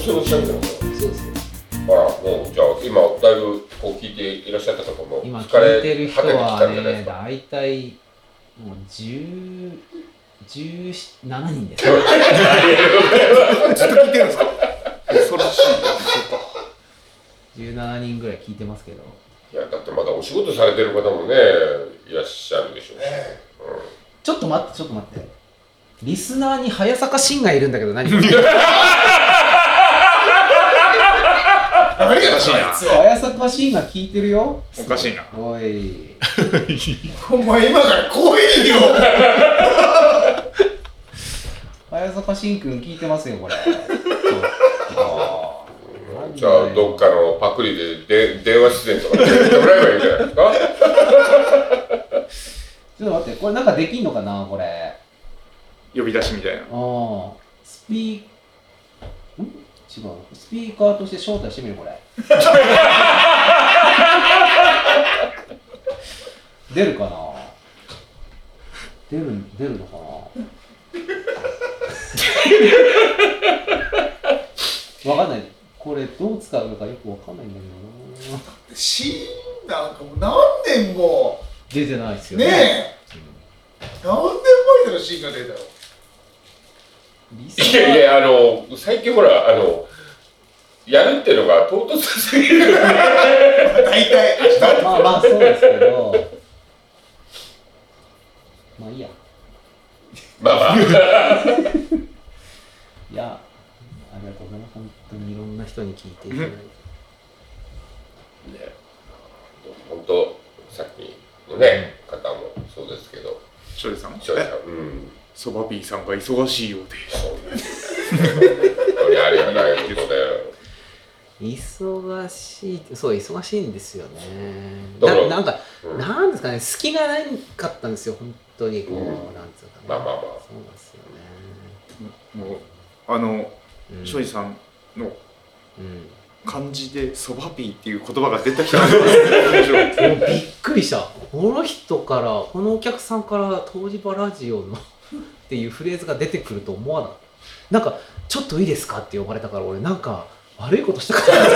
緒に喋ってるのかな。 そうです。 あら、もうじゃあ今だいぶこう聞いていらっしゃった方も今聞いてる人はね、 だ大体もう17人です。ずっと聞いてるんですか。恐ろしい。 17人ぐらい聞いてますけど。 いやだってまだお仕事されてる方もねいらっしゃるでしょうし、 ちょっと待って。リスナーに早坂慎がいるんだけど何？ 何がおかしいな。 早坂慎が聞いてるよ。 おかしいな。 おい。 お前今から怖いよ。 早坂慎くん聞いてますよこれ。 じゃあどっかのパクリで電話出演とかやってもらえばいいんじゃないですか。 ちょっと待って、これなんかできんのかなこれ。 呼び出しみたいな。 スピーカーとして招待してみるこれ。出るかな。出るのかな。わかんない。これどう使うのかよくわかんないんだけどな。 シーンなんかもう何年も出てないですよね。 ねえ、何年前のシーンが出たよ。 いや最近ほらやるっていうのが唐突すぎる。 大体まあそうですけど、まあいいや。 まあいや、ありがとうございます。本当にいろんな人に聞いていただいて。 本当さっきのね、方もそうですけど、 庄司さん。そば B さんが忙しいようで。 本当にありがたいことだよ。 忙しい、そう忙しいんですよね。なんか、なんですかね、隙がないかったんですよ本当にこう、なんつうかね。 まあそうなんですよね。 もう庄司さんの漢字でそば B っていう言葉が出てきたんですよ。 びっくりした。この人からこのお客さんから東芝ラジオのっていうフレーズが出てくると思わない。なんかちょっといいですかって呼ばれたから俺なんか悪いことしたかな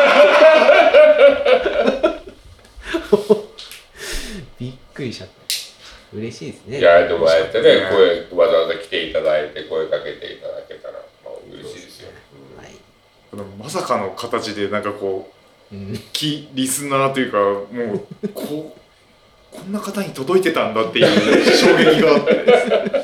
びっくりしちゃった。嬉しいですね。 いやでもああやってね、わざわざ来ていただいて声かけていただけたら、まあ、嬉しいですよ。 はい。 まさかの形でなんかこう、リスナーというかもうこんな方に届いてたんだっていう衝撃があって。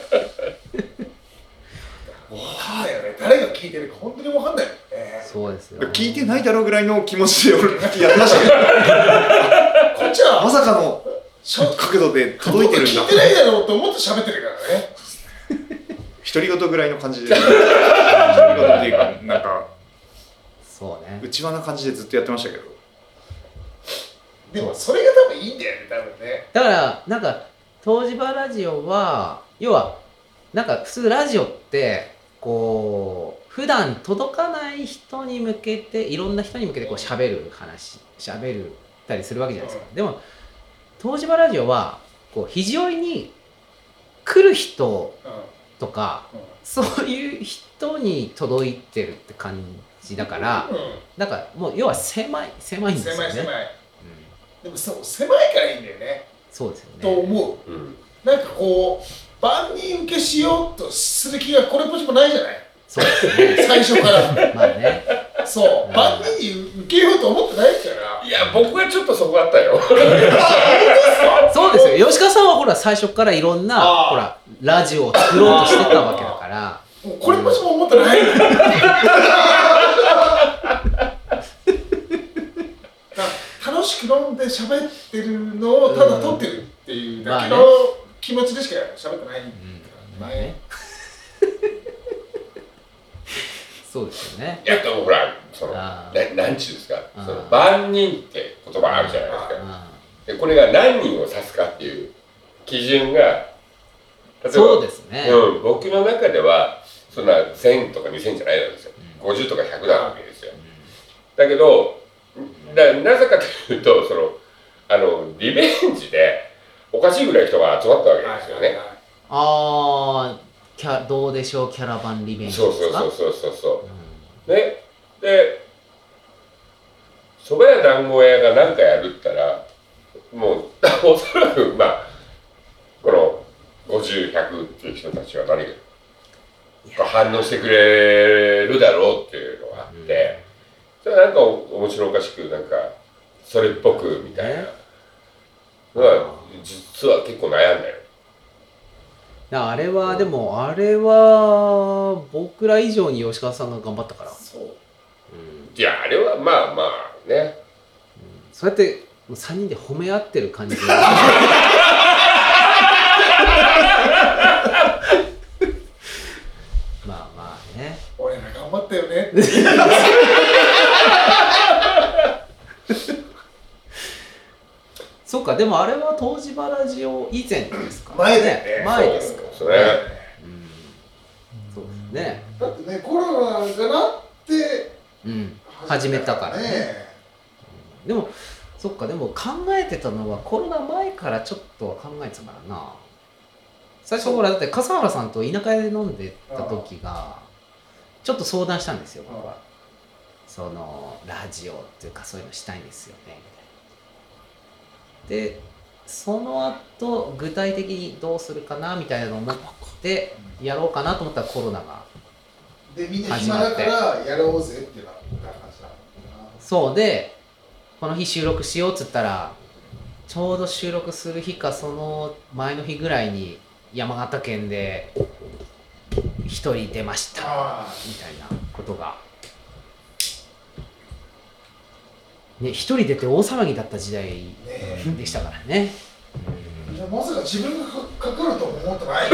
誰が聞いてるか本当に分かんない。 そうですよ。 聞いてないだろうぐらいの気持ちで俺やってましたけど、 こっちはまさかの角度で届いてるんだ。 聞いてないだろうと思って喋ってるからね。 独り言ぐらいの感じで、独り言っていうかなんかそうね。 内輪な感じでずっとやってましたけど。 でもそれが多分いいんだよね多分ね。 だからなんか東芝ラジオは要はなんか普通ラジオってこう普段届かない人に向けていろんな人に向けてこう喋るたりするわけじゃないですか。でも東芝ラジオはこう肘折に来る人とか、そういう人に届いてるって感じだから、なんかもう要は狭いんですよね。 狭い。でもそう狭いからいいんだよね。 そうですよね。 と思う。なんかこう万人受けしようとする気がこれっぽっちもないじゃない。 そうですね。 最初から。 まあね。 そう、万人に受けようと思ってないから。 いや僕はちょっとそこあったよ。 そうですよ。吉川さんはほら最初からいろんなほらラジオを作ろうとしてたわけだから。 もうこれっぽっちも思ってない。楽しく飲んで喋ってるのをただ撮ってるっていうだけの気持ちでしか喋ってない。 まあね。そうですよね。 いやでもほら何ちゅうんですか、その万人って言葉あるじゃないですか。でこれが何人を指すかっていう基準が例えばそうですね。 僕の中ではそんな1000とか2000じゃないんですよ。50とか100なわけですよ。だけどなぜかというとリベンジでおかしいぐらい人が集まったわけですよね。 どうでしょうキャラバンリベンジですか。 そう。ね、 な団子屋が何かやるったらもうおそらくまあこの50、100っていう人たちは何か反応してくれるだろうっていうのがあって、それはなんか面白おかしくなんかそれっぽくみたいなのは実は結構悩んだよ。 あれはでもあれは僕ら以上に吉川さんが頑張ったから。 そう。 いやあれはまあまあね。 そうやって3人で褒め合ってる感じ。まあまあね。 俺ら頑張ったよね。 そうか、でもあれは東芝ラジオ以前ですか、 前だよね。 前ですか。 そうですね。 そうですね。 だってね、コロナがなって始めたからね。 ね。 でもそっか、でも考えてたのはコロナ前からちょっとは考えてたからな。最初ほらだって笠原さんと田舎で飲んでた時がちょっと相談したんですよ、僕は。そのラジオっていうかそういうのしたいんですよねみたいな。でその後具体的にどうするかなみたいなのを思ってやろうかなと思ったらコロナがでみんな暇だからやろうぜってなった感じなのかな。 そうで、この日収録しようっつったらちょうど収録する日かその前の日ぐらいに山形県で一人出ましたみたいなことがね、一人出て大騒ぎだった時代でしたからね。 まさか自分がかかると思ってない。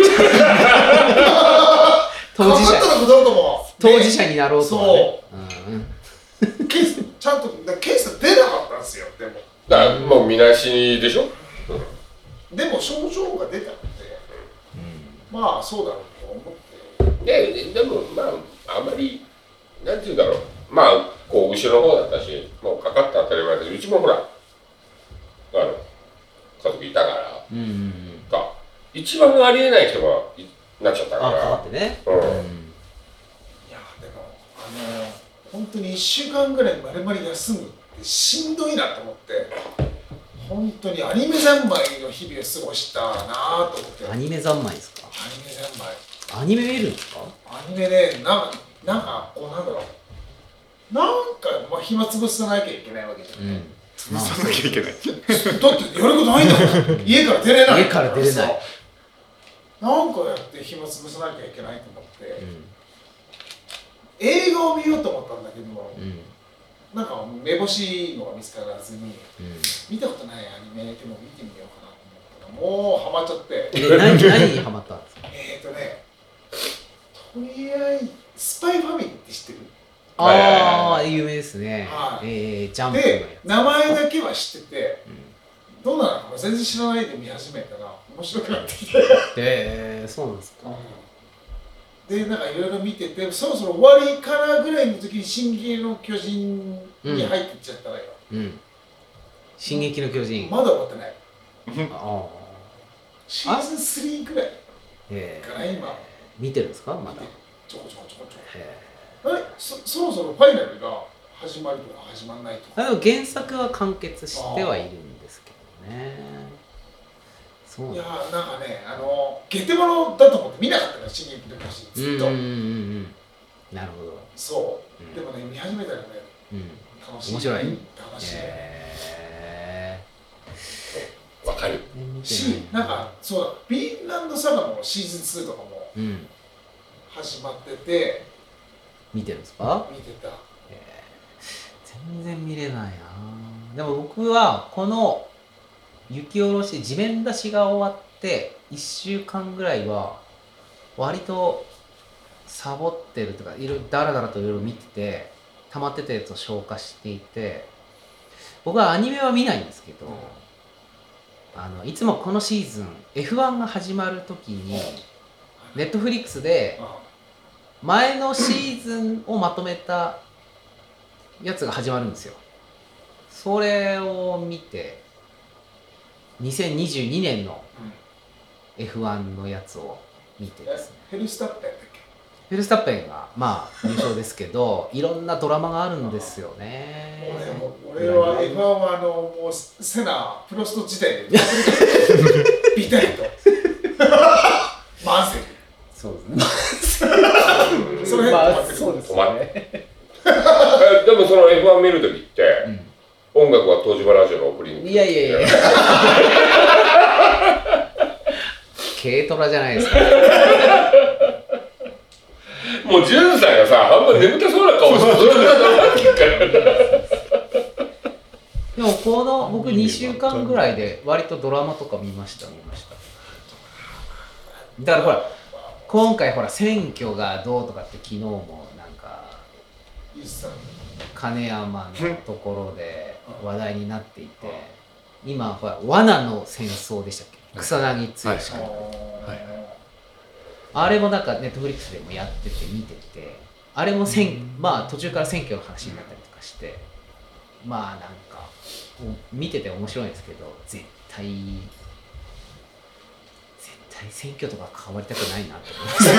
当事者かかったのかどうかも。 当事者になろうとはね。 ケースちゃんとケース出なかったんですよ。でもだからもうみなしでしょ。 でも症状が出たので、まあそうだろうと思って。 でもまああんまりなんていうんだろう、まあこう後ろの方だったし、もうかかった当たり前だけど、うちもほら家族いたから、か一番ありえない人がなっちゃったから。 かかってね。 いやでも本当に1週間ぐらい丸々休むってしんどいなと思って、本当にアニメ三昧の日々を過ごしたなぁと思って。 アニメ三昧ですか。 アニメ三昧。 アニメ見るんですか。 アニメね、なんかこうなんだろう、なんかまあ暇つぶさなきゃいけないわけじゃない。 潰さなきゃいけない。 だってやることないんだもん。家から出れない。 家から出れない。 なんかやって暇つぶさなきゃいけないと思って、映画を見ようと思ったんだけども、なんか目星のが見つからずに、見たことないアニメでも見てみようかなと思ったらもうハマっちゃって。 何にハマったんですか。 とりあえずスパイファミリーって知ってる？ ああ、有名ですね。ジャンプのやで名前だけは知ってて、どうなのか全然知らないで見始めたら面白くなってきて。 そうなんですか。 でなんかいろいろ見てて、そろそろ終わりかなぐらいの時に「進撃の巨人」に入っていっちゃったのよ。 進撃の巨人まだ終わってない。シーズン3ぐらいかな今。 見てるんですかまだ。 ちょこ。あれそろそろファイナルが始まるとか始まらないとか。 でも原作は完結してはいるんですけどね。そういやなんかねゲテモノだと思って見なかったから進撃の巨人ずっと。 なるほど。 そうでもね見始めたらね楽しい。 面白い。 楽しい。 わかる。 なんかそうだ、フィンランドサガのシーズン2とかも始まってて、 見てるんですか？ 見てた。 全然見れないな。でも僕はこの雪下ろし地面出しが終わって1週間ぐらいは割とサボってるとかダラダラといろいろ見てて溜まってたやつを消化していて、僕はアニメは見ないんですけど、いつもこのシーズン F1 が始まる時にネットフリックスで前のシーズンをまとめたやつが始まるんですよ。それを見て2022年の F1 のやつを見てですね。 フェルスタッペンだっけ？ フェルスタッペンがまあ優勝ですけど、いろんなドラマがあるんですよね。 俺は F1 はもうセナプロスト時代でビタリとマンセルそうですね。 その辺まあ止まってる、 そうです止まっね。 でもその F1 見るときって、音楽は東芝ラジオのオープニング。 いやいやいや。軽トラじゃないですか。 もうジュンさんがさ、半分眠たそうな顔してでもこの僕2週間ぐらいで割とドラマとか見ました。だからほら今回ほら選挙がどうとかって昨日もなんか金山のところで話題になっていて、今ほら罠の戦争でしたっけ、草薙剛君、あれもなんかネットフリックスでもやってて見てて、あれもまあ途中から選挙の話になったりとかして、まあなんか見てて面白いんですけど、絶対選挙とか関わりたくないなと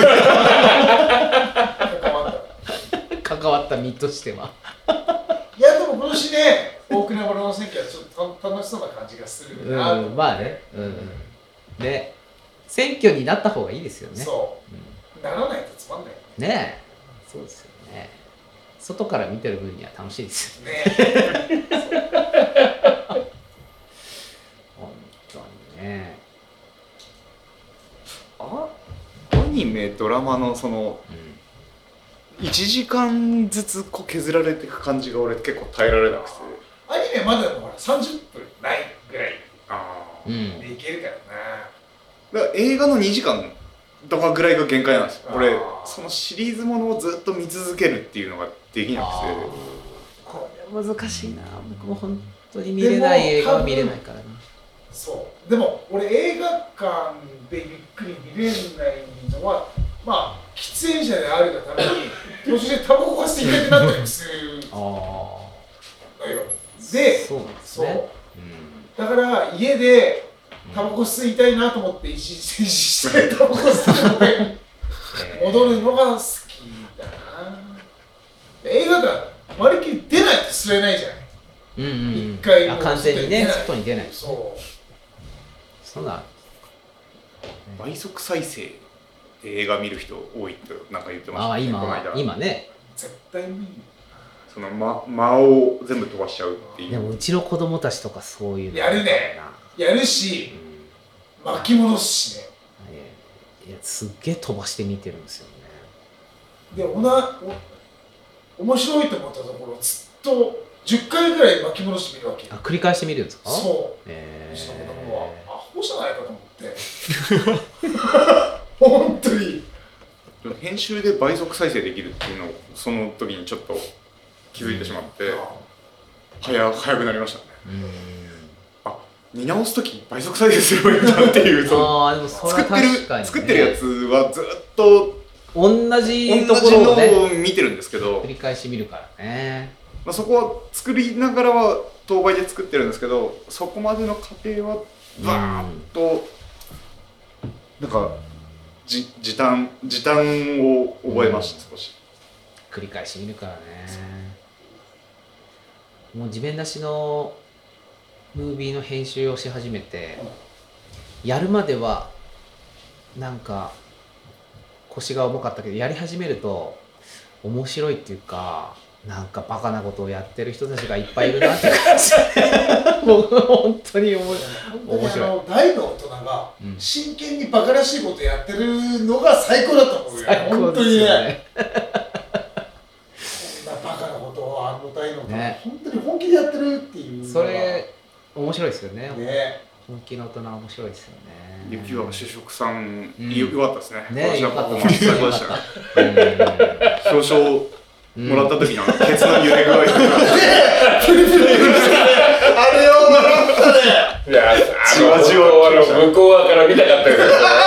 思って関わった身としては。 いやでも今年ね、大倉村の選挙はちょっと楽しそうな感じがするなと。 まあね、で選挙になった方がいいですよね。 そう、ならないとつまんないね。ねえ、そうですよね。外から見てる分には楽しいですよね。本当にね。 アニメドラマのその1時間ずつこう削られていく感じが俺結構耐えられなくて、 アニメまでもほら30分ないぐらいでいけるからな。 だから映画の2時間とかぐらいが限界なんですよ。俺そのシリーズものをずっと見続けるっていうのができなくて、 これ難しいな。僕も本当に見れない映画は見れないからな。 そうでも俺映画館でゆっくり見れないのはまあ喫煙者であるがために途中でタバコが吸いたくなったりするのよ。で、 そうなんですね。 だから家でタバコ吸いたいなと思って一時停止してタバコ吸うのに戻るのが好きだな。映画館割り切り出ないと吸えないじゃない。一回も完全にね外に出ない。そうなん。 倍速再生で映画見る人多いってなんか言ってましたね。 今ね。 絶対見る。 その間を全部飛ばしちゃうっていう。 でもうちの子供たちとかそういうのやるね。やるし、巻き戻すしね。 いやすっげえ飛ばして見てるんですよね。 で面白いと思ったところずっと10回ぐらい巻き戻してみるわけ。 繰り返してみるんですか？ そう。その子供はアホじゃないかと思って。本当に。 編集で倍速再生できるっていうのをその時にちょっと気づいてしまって、早くなりましたね。見直す時倍速再生すればいいんだっていう。でもそれは確かにね、作ってるやつはずっと同じところをね見てるんですけど、 繰り返し見るからね。 そこは作りながらは当倍で作ってるんですけど、そこまでの過程はバーッとなんか時短を覚えました、少し。 繰り返し見るからね。もう地面出しのムービーの編集をし始めて、やるまではなんか腰が重かったけど、やり始めると面白いっていうか、なんかバカなことをやってる人たちがいっぱいいるなって感じ。もう本当に面白い。 大の大人が真剣にバカらしいことやってるのが最高だと思うよ。本当にね。こんなバカなことを大の大人が本当に本気でやってるっていう。 それ面白いですよね。本気の大人は面白いですよね。 雪は主食さん、よかったですね。 ね、よかった。 最高でしたね。表彰もらった時のケツの揺れ具合とか。あれを笑ったね。 いや、じわじわ向こう側から見たかったけど、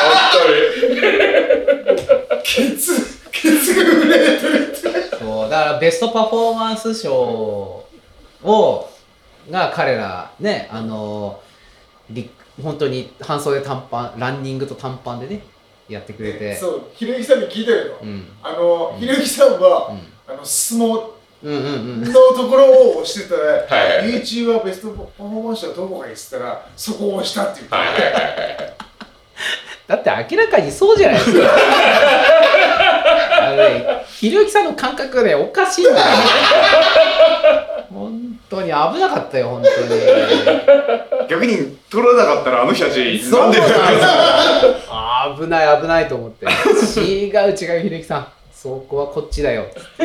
本当に。 ケツが震えてるって。 そう、だからベストパフォーマンス賞が彼らね、本当に半袖短パン、ランニングと短パンでねやってくれて、 そうひろゆきさんに聞いたけど、 うんひろゆきさんは、 うん相撲うんうんうんのところを押してたら、 はいはい YouTuber ベストパフォーマンスはどこかにって言ったら、そこを押したって言って、 はいはいはいはいだって明らかにそうじゃないですかひろゆきさんの感覚がねおかしいんだよね本当に危なかったよ本当に逆に取らなかったらあの人たちそうなんなんでですよ危ない危ないと思って違うひろゆきさんそこはこっちだよ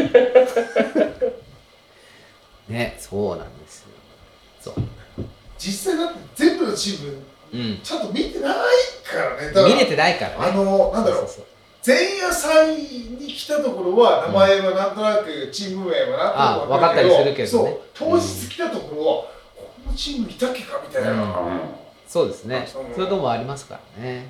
ねそうなんですよそう実際だって全部のチーム、 うんちゃんと見てないからね。だから見れてないからねなんだろう、 そう前夜祭に来たところは、名前はなんとなく、チーム名はなんとなく分かったりするけどねそう、当日来たところは、このチームいたっけかみたいな。 うんそうですねそうそういうとこもありますからね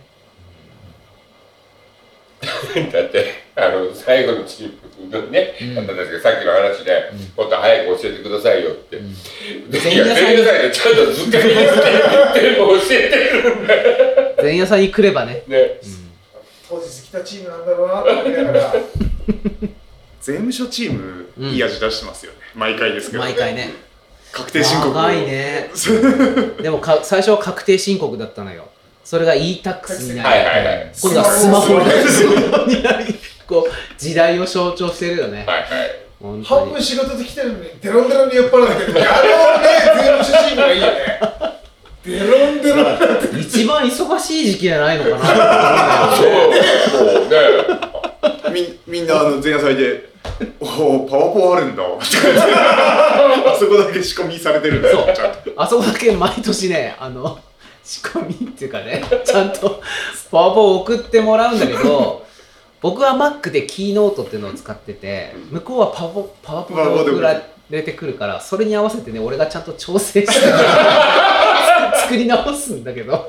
だって最後のチームのね、 うん方たちがさっきの話で、もっと早く教えてくださいよって、 んいや前夜祭でちゃんとずっかり言って教えてるんだよ前夜祭に来ればね、 ね。 当日来たチームなんだろうなと思いながら、 税務署チームいい味出してますよね、毎回ですけど毎回ね確定申告長いねでも最初は確定申告だったのよそれが e-tax になり、 はいはいはい今度はスマホスマになりこう時代を象徴してるよねはいはい。 本当に半分仕事で来てるのに、デロンデロンに酔っ払ってる。あのね、税務署チームがいいよね。デロンデロン。 一番忙しい時期じゃないのかなそう、もうね。 みんな前夜祭で「おおパワポあるんだ」あそこだけ仕込みされてるんだよちゃんとあそこだけ毎年ね仕込みっていうかねちゃんとパワポを送ってもらうんだけど僕は Mac でキーノートっていうのを使ってて向こうはパワポで送られてくるからそれに合わせてね俺がちゃんと調整して作り直すんだけど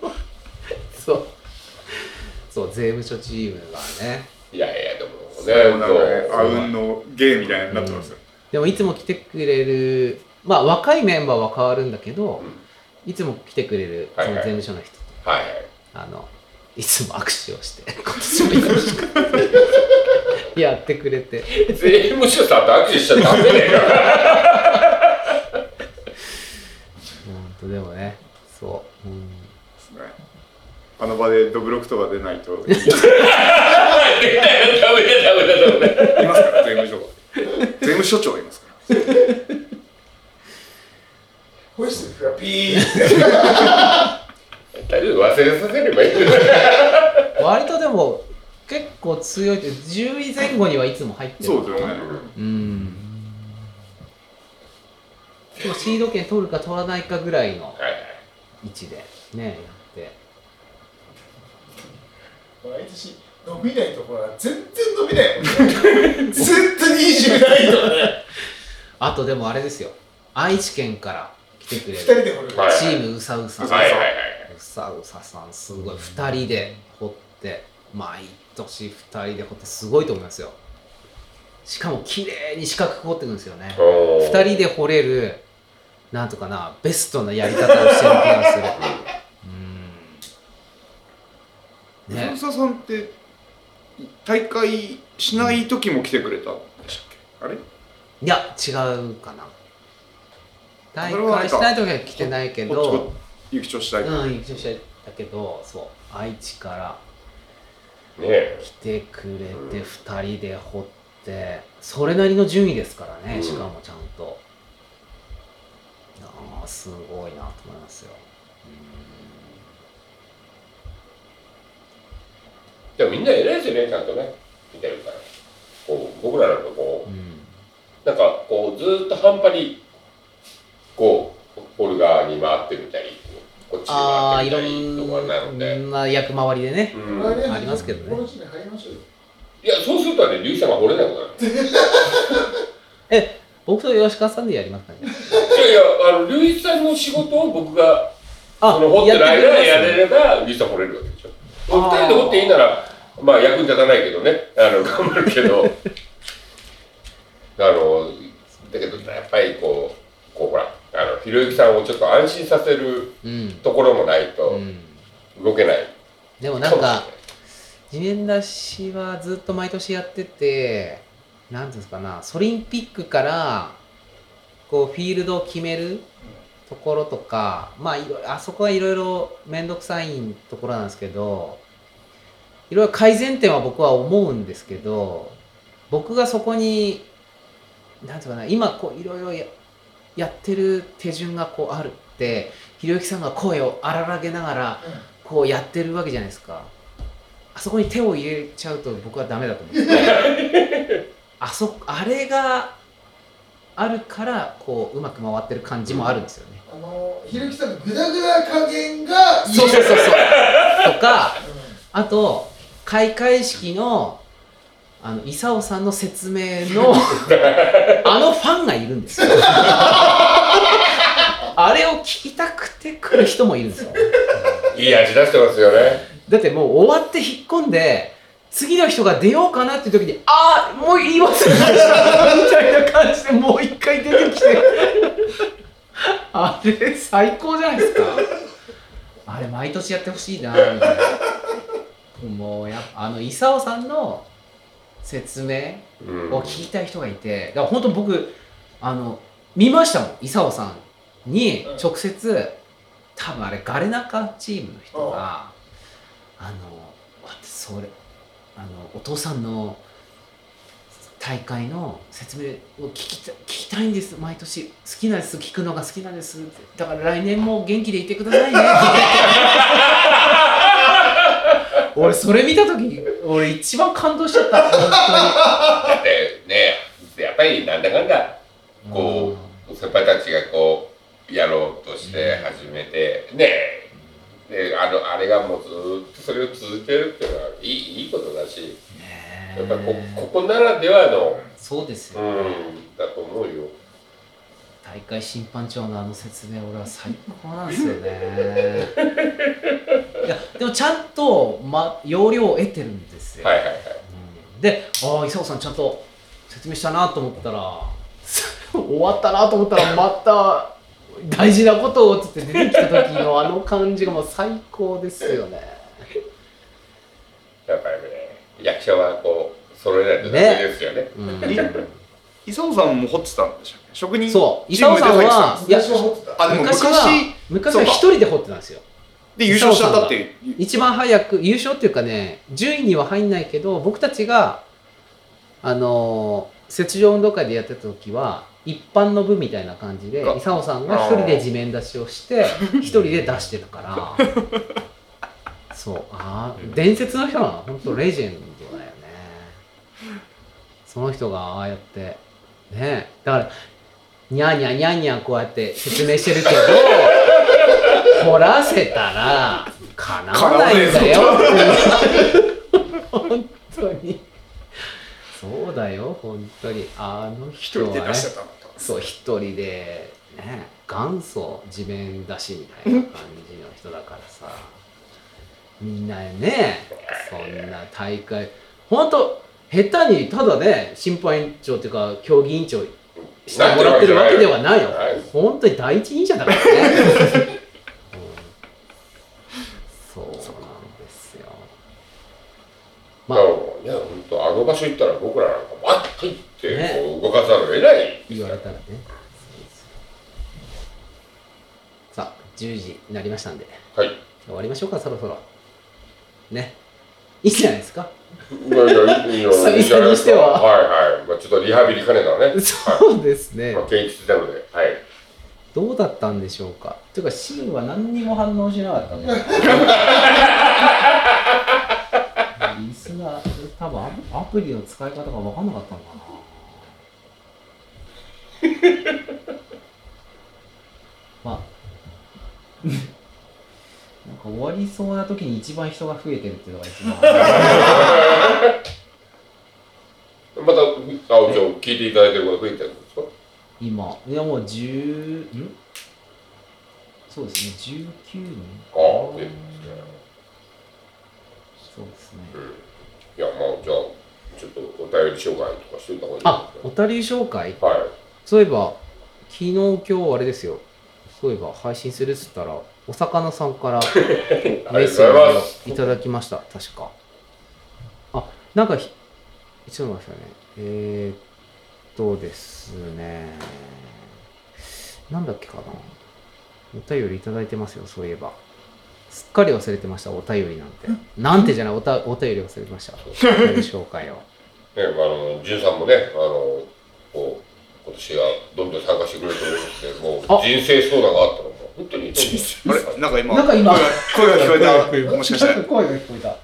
そう税務署チームがねいやいや、でもなんかねね、 あうんの芸みたいになってますよ、 でもいつも来てくれるまあ若いメンバーは変わるんだけど、いつも来てくれるその税務署の人と、 はいいつも握手をして今年もよろしくやってくれて税務署さんと握手しちゃダメだよ。 本当でもねそう、 あの場でドブロクとか出ないといますダメだ。 から税務署が税務署長いますからホイッスルがピーって。 大丈夫、忘れさせればいい。 割とでも結構強いって10位前後にはいつも入ってるそうですよねでもシード権取るか取らないかぐらいのはいはい。 位置でねやって毎年伸びないところは全然伸びないもんね。全然20ないとかね。 あとでもあれですよ愛知県から来てくれ 2人るで掘る。 はいチームうさうさはいはいはい。 うさうささんすごい2人で掘って毎年2人で掘ってすごいと思いますよしかも綺麗に四角く掘っていくんですよねおー 2人で掘れるなんとかなベストなやり方をしてる気がするね藤沢さんって大会しない時も来てくれたんでしたっけあれいや違うかな大それはあれか会しない時は来てないけこっどち雪長したいうん一緒しただけどそう愛知からね来てくれて2人で掘ってそれなりの順位ですからねしかもちゃんとああすごいなと思いますよでもみんな偉いですよね、ちゃんとね。見てるから。こう僕らなんかこう、なんかこうずーっと半端にこうホルガーに回ってみたり、こっちにああいろ回ってみたりとかなので。 んな役回りでねうんありますけどねこの地に入りましょうよ。 いや、そうするとね、龍さんが掘れなくなる。 僕と吉川さんでやりますかねいやいや、龍さんの仕事を僕があその掘ってる間やってくれますやれれば、龍さん掘れるわけでしょ。二人で掘っていいなら、まあ役に立たないけどね、頑張るけど、だけどやっぱりこうほら、ひろゆきさんをちょっと安心させるところもないと動けない。 でもなんか地面出しはずっと毎年やってて、なんていうんですかな、ソリンピックからこうフィールドを決めるところとか、まああそこはいろいろ面倒くさいところなんですけど、いろいろ改善点は僕は思うんですけど、僕がそこになんていうかな、今こういろいろやってる手順がこうあるって、ひろゆきさんが声を荒らげながらこうやってるわけじゃないですか。あそこに手を入れちゃうと僕はダメだと思うんですよ。あれがあるからこううまく回ってる感じもあるんですよね。 ひろゆきさんのグダグダ加減がいい。 そうとか、あと開会式の伊佐さんの説明のファンがいるんですよ。あれを聞きたくて来る人もいるんですよ。 いい味出してますよね。 だってもう終わって引っ込んで次の人が出ようかなっていう時にもう言い忘れましたみたいな感じでもう一回出てきてあれ最高じゃないですか。あれ毎年やってほしいなみたいな。もう伊佐さんの説明を聞きたい人がいて、だから本当僕見ましたもん。伊佐さんに直接、多分あれガレナカチームの人がそれお父さんの大会の説明を聞きたいんです。毎年好きなんです。聞くのが好きなんです。だから来年も元気でいてくださいね俺それ見た時俺一番感動しちゃった本当に。 だってね、やっぱりなんだかんだこう先輩たちがこうやろうとして始めてね、であれがもうずっとそれを続けるっていうのはいいことだし、やっぱここならではのそうですよ、 だと思うよ。 大会審判長の説明俺は最高なんですよねいやでもちゃんと、要領を得てるんですよ。で伊佐さんちゃんと説明したなと思ったら終わったなと思ったらまた大事なことをつって出てきた時の感じがもう最高ですよね。 やっぱりね、役者はこう揃えないとダメですよね。 伊佐さんも掘ってたんでしたっけ？職人そう伊佐さんは昔は一人で掘ってたんですよ。 で優勝しちゃったっていう。 一番早く優勝っていうかね、順位には入んないけど、僕たちが雪上運動会でやってた時は一般の部みたいな感じで伊佐さんが一人で地面出しをして一人で出してたからそう伝説の人なの。本当レジェンドだよね。その人がああやってね、だからニャーニャーニャーニャーこうやって説明してるけど掘らせたらかなわないんだよ本当にそうだよ本当に。人はね、そう一人でね元祖地面出しみたいな感じの人だからさみんなねそんな大会本当下手にただね審判委員長っていうか競技委員長してもらってるわけではないよ。本当に第一人者だからねそうなんですよ。 いや本当場所行ったら僕らなんかわっと行ってこう動かさるを得ない言われたらね。さあ10時になりましたんで、 はい、 終わりましょうか。そろそろねいいじゃないですか。 いや久々にしてはちょっとリハビリ兼ねたらね。 そうですね。 検出したので、 どうだったんでしょうか。というかシーンは何にも反応しなかったねリスナー多分アプリの使い方が分かんなかったのかななんか終わりそうな時に一番人が増えてるっていうのが一番またじゃあ聞いていただいてること増えてるんですか？ 今いやもうそうですね19人。 増えてるんですね。 そうですね。 いやじゃあちょっとお便り紹介とかしといた方がいいですか？ お便り紹介？ そういえば昨日今日あれですよ。そういえば配信するっつったらお魚さんからメッセージをいただきました。確かなんかちょっと待ってくださいね。ですね。なんだっけかな。お便りいただいてますよ、そういえば。すっかり忘れてました、お便りなんて。なんてじゃない、お便り忘れてました。お便り紹介を。 潤さんもね、こう今年はどんどん参加してくれると思いますけど、もう人生相談があったのも本当に。 あれなんか今なんか今声が聞こえた。もしかして声が聞こえた。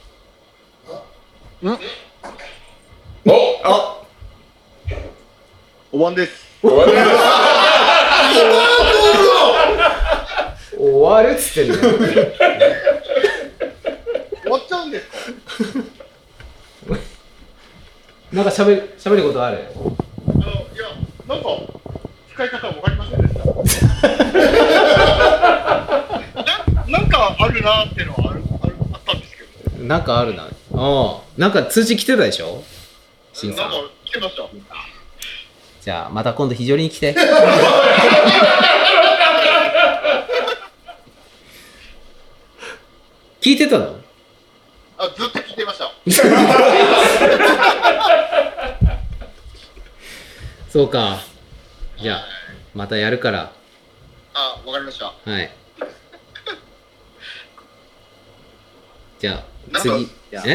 あ、 お晩です。 終わりました。 終わるっつってんだよ。 終わっちゃうんですか？ なんか喋ることある？ いや、なんか使い方わかりませんでした。なんかあるなーっていうのはあったんですけど。 なんかあるな。なんか通知来てたでしょ？しんさん。 なんか来てました。 じゃあまた今度非常に来て。聞いてたの？ あ、ずっと聞いてました。 そうか。じゃあまたやるから。 あ、わかりました。 はい。じゃあなんか次。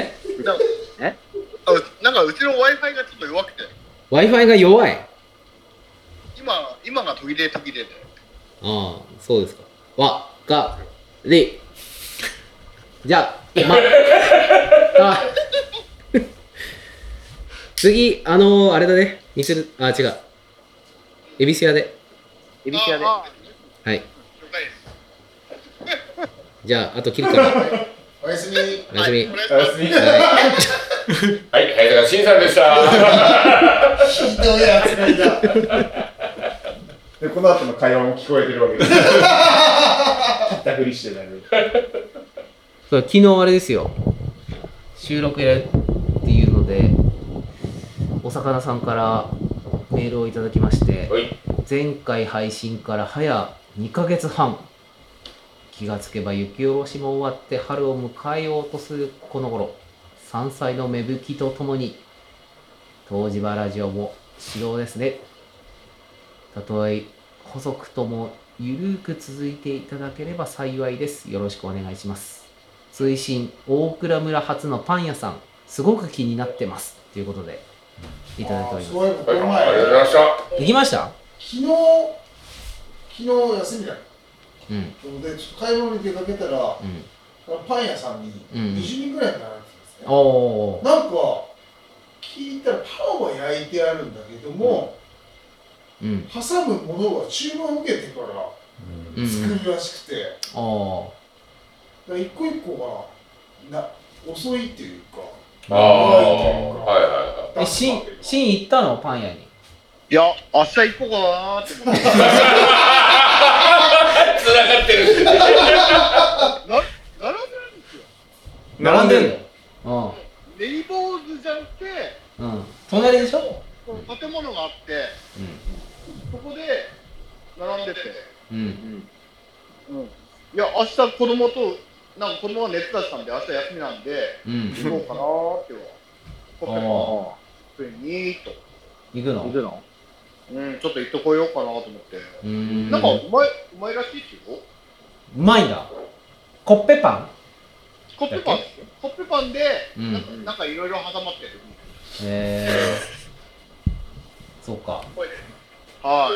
なんかうちの Wi-Fi がちょっと弱くて。 Wi-Fi が弱い。 今が途切れで。 ああ、そうですか。わかり。じゃあ、次、あれだね。違う。恵比寿屋で。 エビシアで。 はい。 了解です。 じゃあ、あと切るから。 おやすみ。 おやすみ。 お願いします。 はい、早坂慎さんでした。 ひどい扱いだ。 でこの後の会話も聞こえてるわけです。切ったふりしてたり。 そう昨日あれですよ。収録やるっていうので、お魚さんからメールをいただきまして、 はい。 前回配信から早2ヶ月半。気がつけば雪下ろしも終わって春を迎えようとするこの頃、山菜の芽吹きとともに東芝ラジオも始動ですね。たとえ細くともゆるく続いていただければ幸いです。よろしくお願いします。追伸大倉村初のパン屋さん、すごく気になってますということでいただいております。 そういえばこのありがとうござい前、 ました。 行きました？ 昨日休みだ。 うんでちょっと買い物に出かけたら、 うんパン屋さんにうん 20人ぐらい並んでたんですね。 おーなんか聞いたらパンは焼いてあるんだけども、 うん挟むものは注文を受けてからうん作るらしくて、 あーだから一個一個が遅いっていうか、 ああ、はいはい。 しん行ったのパン屋に？ いや、明日行こうかなーって思って。 繋がってる。 並んでるんですよ。 並んでんの？ レイボーズじゃなくて、 うん隣でしょ？ この建物があって、そこで並んでて、 うんいや、明日子供と、なんか子供が熱出したんで、明日休みなんで、 うん行こうかなーって思って、普通にと。 行くの？ ちょっと行ってこようかなと思って。なんかうまいらしいですよ。 うまいんだ。コッペパン？ コッペパンですよ。コッペパンで、 うんなんかいろいろ挟まってる。 そうか。 はい。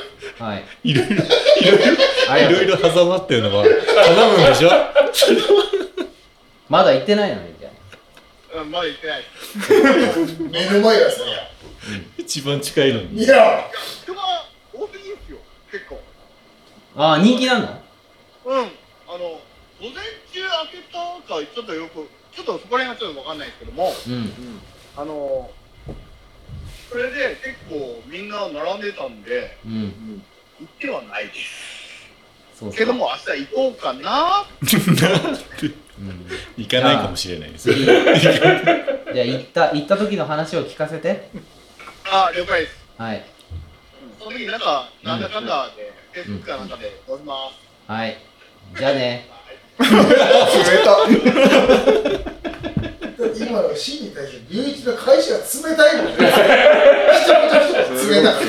いろいろ挟まってるのは頼むんでしょ？ まだ行ってないのにじゃまだ行ってないです。 目の前がさ、 一番近いのに。 いや、 人が多すぎんですよ、結構。 ああ、人気なの？ 午前中開けたか、ちょっとそこら辺はちょっとわかんないですけども、それで結構みんな並んでたんで、行ってはないです。 そうけども明日行こうかな。 行かないかもしれないです。 じゃあ行った時の話を聞かせて。 あ、了解です。 はい。 その時なんか、なんだかんだで、Facebook かなんかで載せます。 はい。じゃあね。 冷た。 だって今のシンに対して龍一の返しが冷たいもんね。一言一言冷たかった。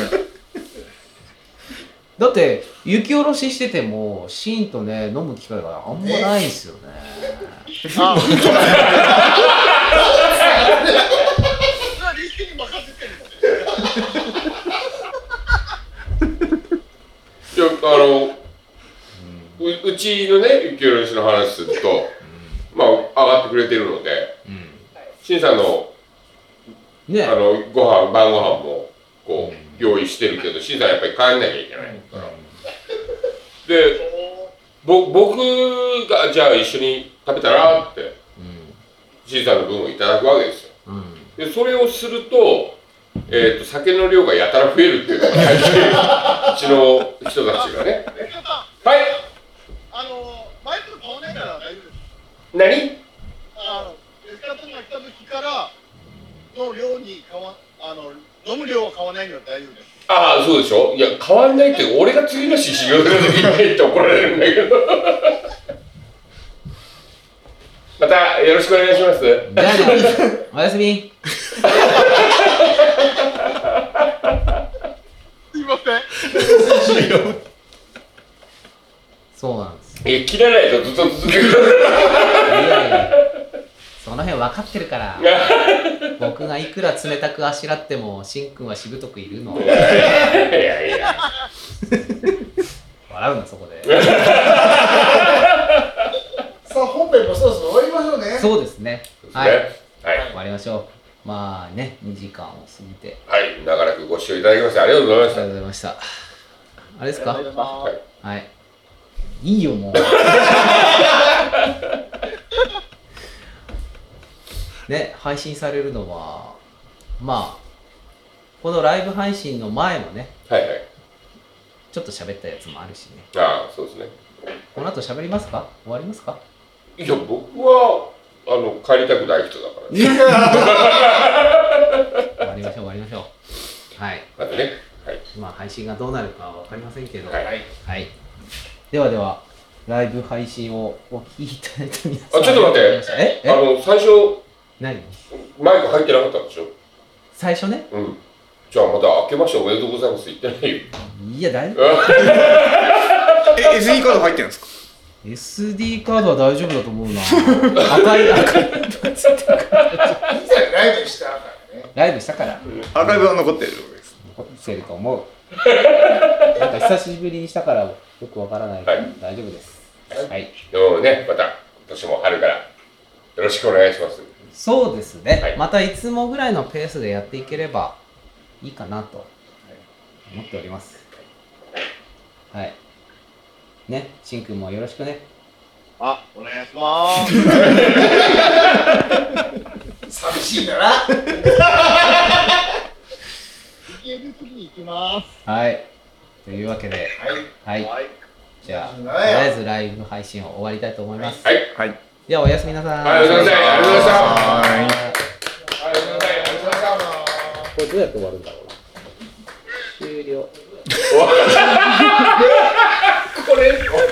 だって雪下ろししててもシーンとね飲む機会があんまないんですよね。 あ、リスに任せてる。 いやうちのね雪下ろしの話すると、まあ上がってくれてるので、シンさんのね、 ご飯晩ご飯もこう用意してるけど、シンさんやっぱり帰んなきゃいけないから。で、僕がじゃあ一緒に食べたらって、シンさんの分をいただくわけですよ。で、それをすると、酒の量がやたら増えるっていうのが最近うちの人たちがね。はい。 バイク買わないから大丈夫です。 何？ エスカトが来た時からの量に飲む量は買わないのは大丈夫です。 ああ、そうでしょ。いや、変わんないって、俺が次の日修行する時にないって怒られるんだけど。またよろしくお願いします。 じゃあね、おやすみ。 すいません。 そうなんです。 切らないとずっと続ける。 いやいや、その辺分かってるから。僕がいくら冷たくあしらっても、しんくんはしぶとくいるの。 いやいや。 笑うな、そこで。 さあ本編もそろそろ終わりましょうね。 そうですね。はい。 はい。 終わりましょう。まあね、2時間を過ぎて。 はい、長らくご視聴いただきましてありがとうございました。 ありがとうございました。あれですか？ はい。 はい。いいよ、もう。ね、配信されるのは、まあ、このライブ配信の前のね、 はいはい。 ちょっと喋ったやつもあるしね。 ああ、そうですね。 この後喋りますか？終わりますか？ いや、僕は帰りたくない人だからね。 終わりましょう、終わりましょう。はい。 またね。はい。 まあ、配信がどうなるかは分かりませんけど、 はい。 はい。ではでは、ライブ配信をお聞きいただいた皆さん。 あ、ちょっと待って。最初、 何？ マイク入ってなかったんでしょ？ 最初ね。 うん。じゃあまた明けましておめでとうございます言ってないよ。 いや、大丈夫。 SD カード入ってるんですか？ SD カードは大丈夫だと思うな。赤い。 ライブしたからね。 ライブしたから。 アーカイブは残ってるです。 残ってると思う。なんか久しぶりにしたからよくわからないけど、大丈夫です。はい。 でもね、また今年も春からよろしくお願いします。 そうですね。 はい、 またいつもぐらいのペースでやっていければいいかなと思っております。はい。ね、しんくんもよろしくね。 あ、お願いします。寂しいんだな。 次に行きます。 はい。というわけで、はい。はい。じゃあ、とりあえずライブ配信を終わりたいと思います。 はい。はい。 ではおやすみなさい。 はい、おやすみなさい。ありがとうございました。はい。 ありがとうございました。 これどうやって終わるんだろうな。終了。 これ。